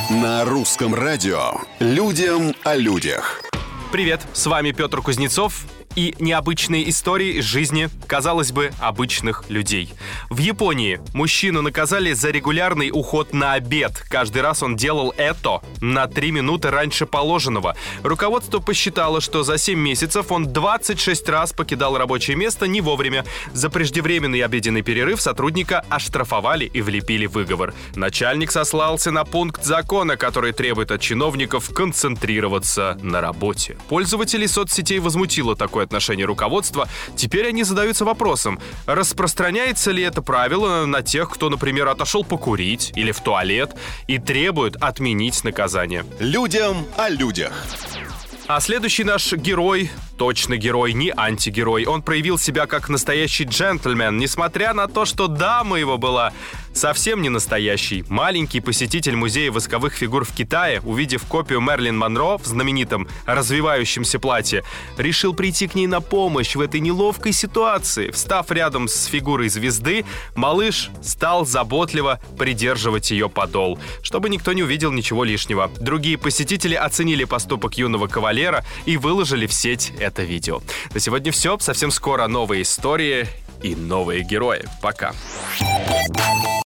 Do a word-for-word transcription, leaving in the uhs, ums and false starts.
На русском радио «Людям о людях». Привет, с вами Петр Кузнецов и необычные истории из жизни, казалось бы, обычных людей. В Японии мужчину наказали за регулярный уход на обед. Каждый раз он делал это на три минуты раньше положенного. Руководство посчитало, что за семь месяцев он двадцать шесть раз покидал рабочее место не вовремя. За преждевременный обеденный перерыв сотрудника оштрафовали и влепили выговор. Начальник сослался на пункт закона, который требует от чиновников концентрироваться на работе. Пользователей соцсетей возмутило такое отношение руководства. Теперь они задаются вопросом, распространяется ли это правило на тех, кто, например, отошел покурить или в туалет, и требует отменить наказание. Людям о людях. А следующий наш герой, точно герой, не антигерой. Он проявил себя как настоящий джентльмен, несмотря на то, что дама его была совсем не настоящий. Маленький посетитель музея восковых фигур в Китае, увидев копию Мэрилин Монро в знаменитом развивающемся платье, решил прийти к ней на помощь в этой неловкой ситуации. Встав рядом с фигурой звезды, малыш стал заботливо придерживать ее подол, чтобы никто не увидел ничего лишнего. Другие посетители оценили поступок юного кавалера и выложили в сеть это видео. На сегодня все. Совсем скоро новые истории и новые герои. Пока.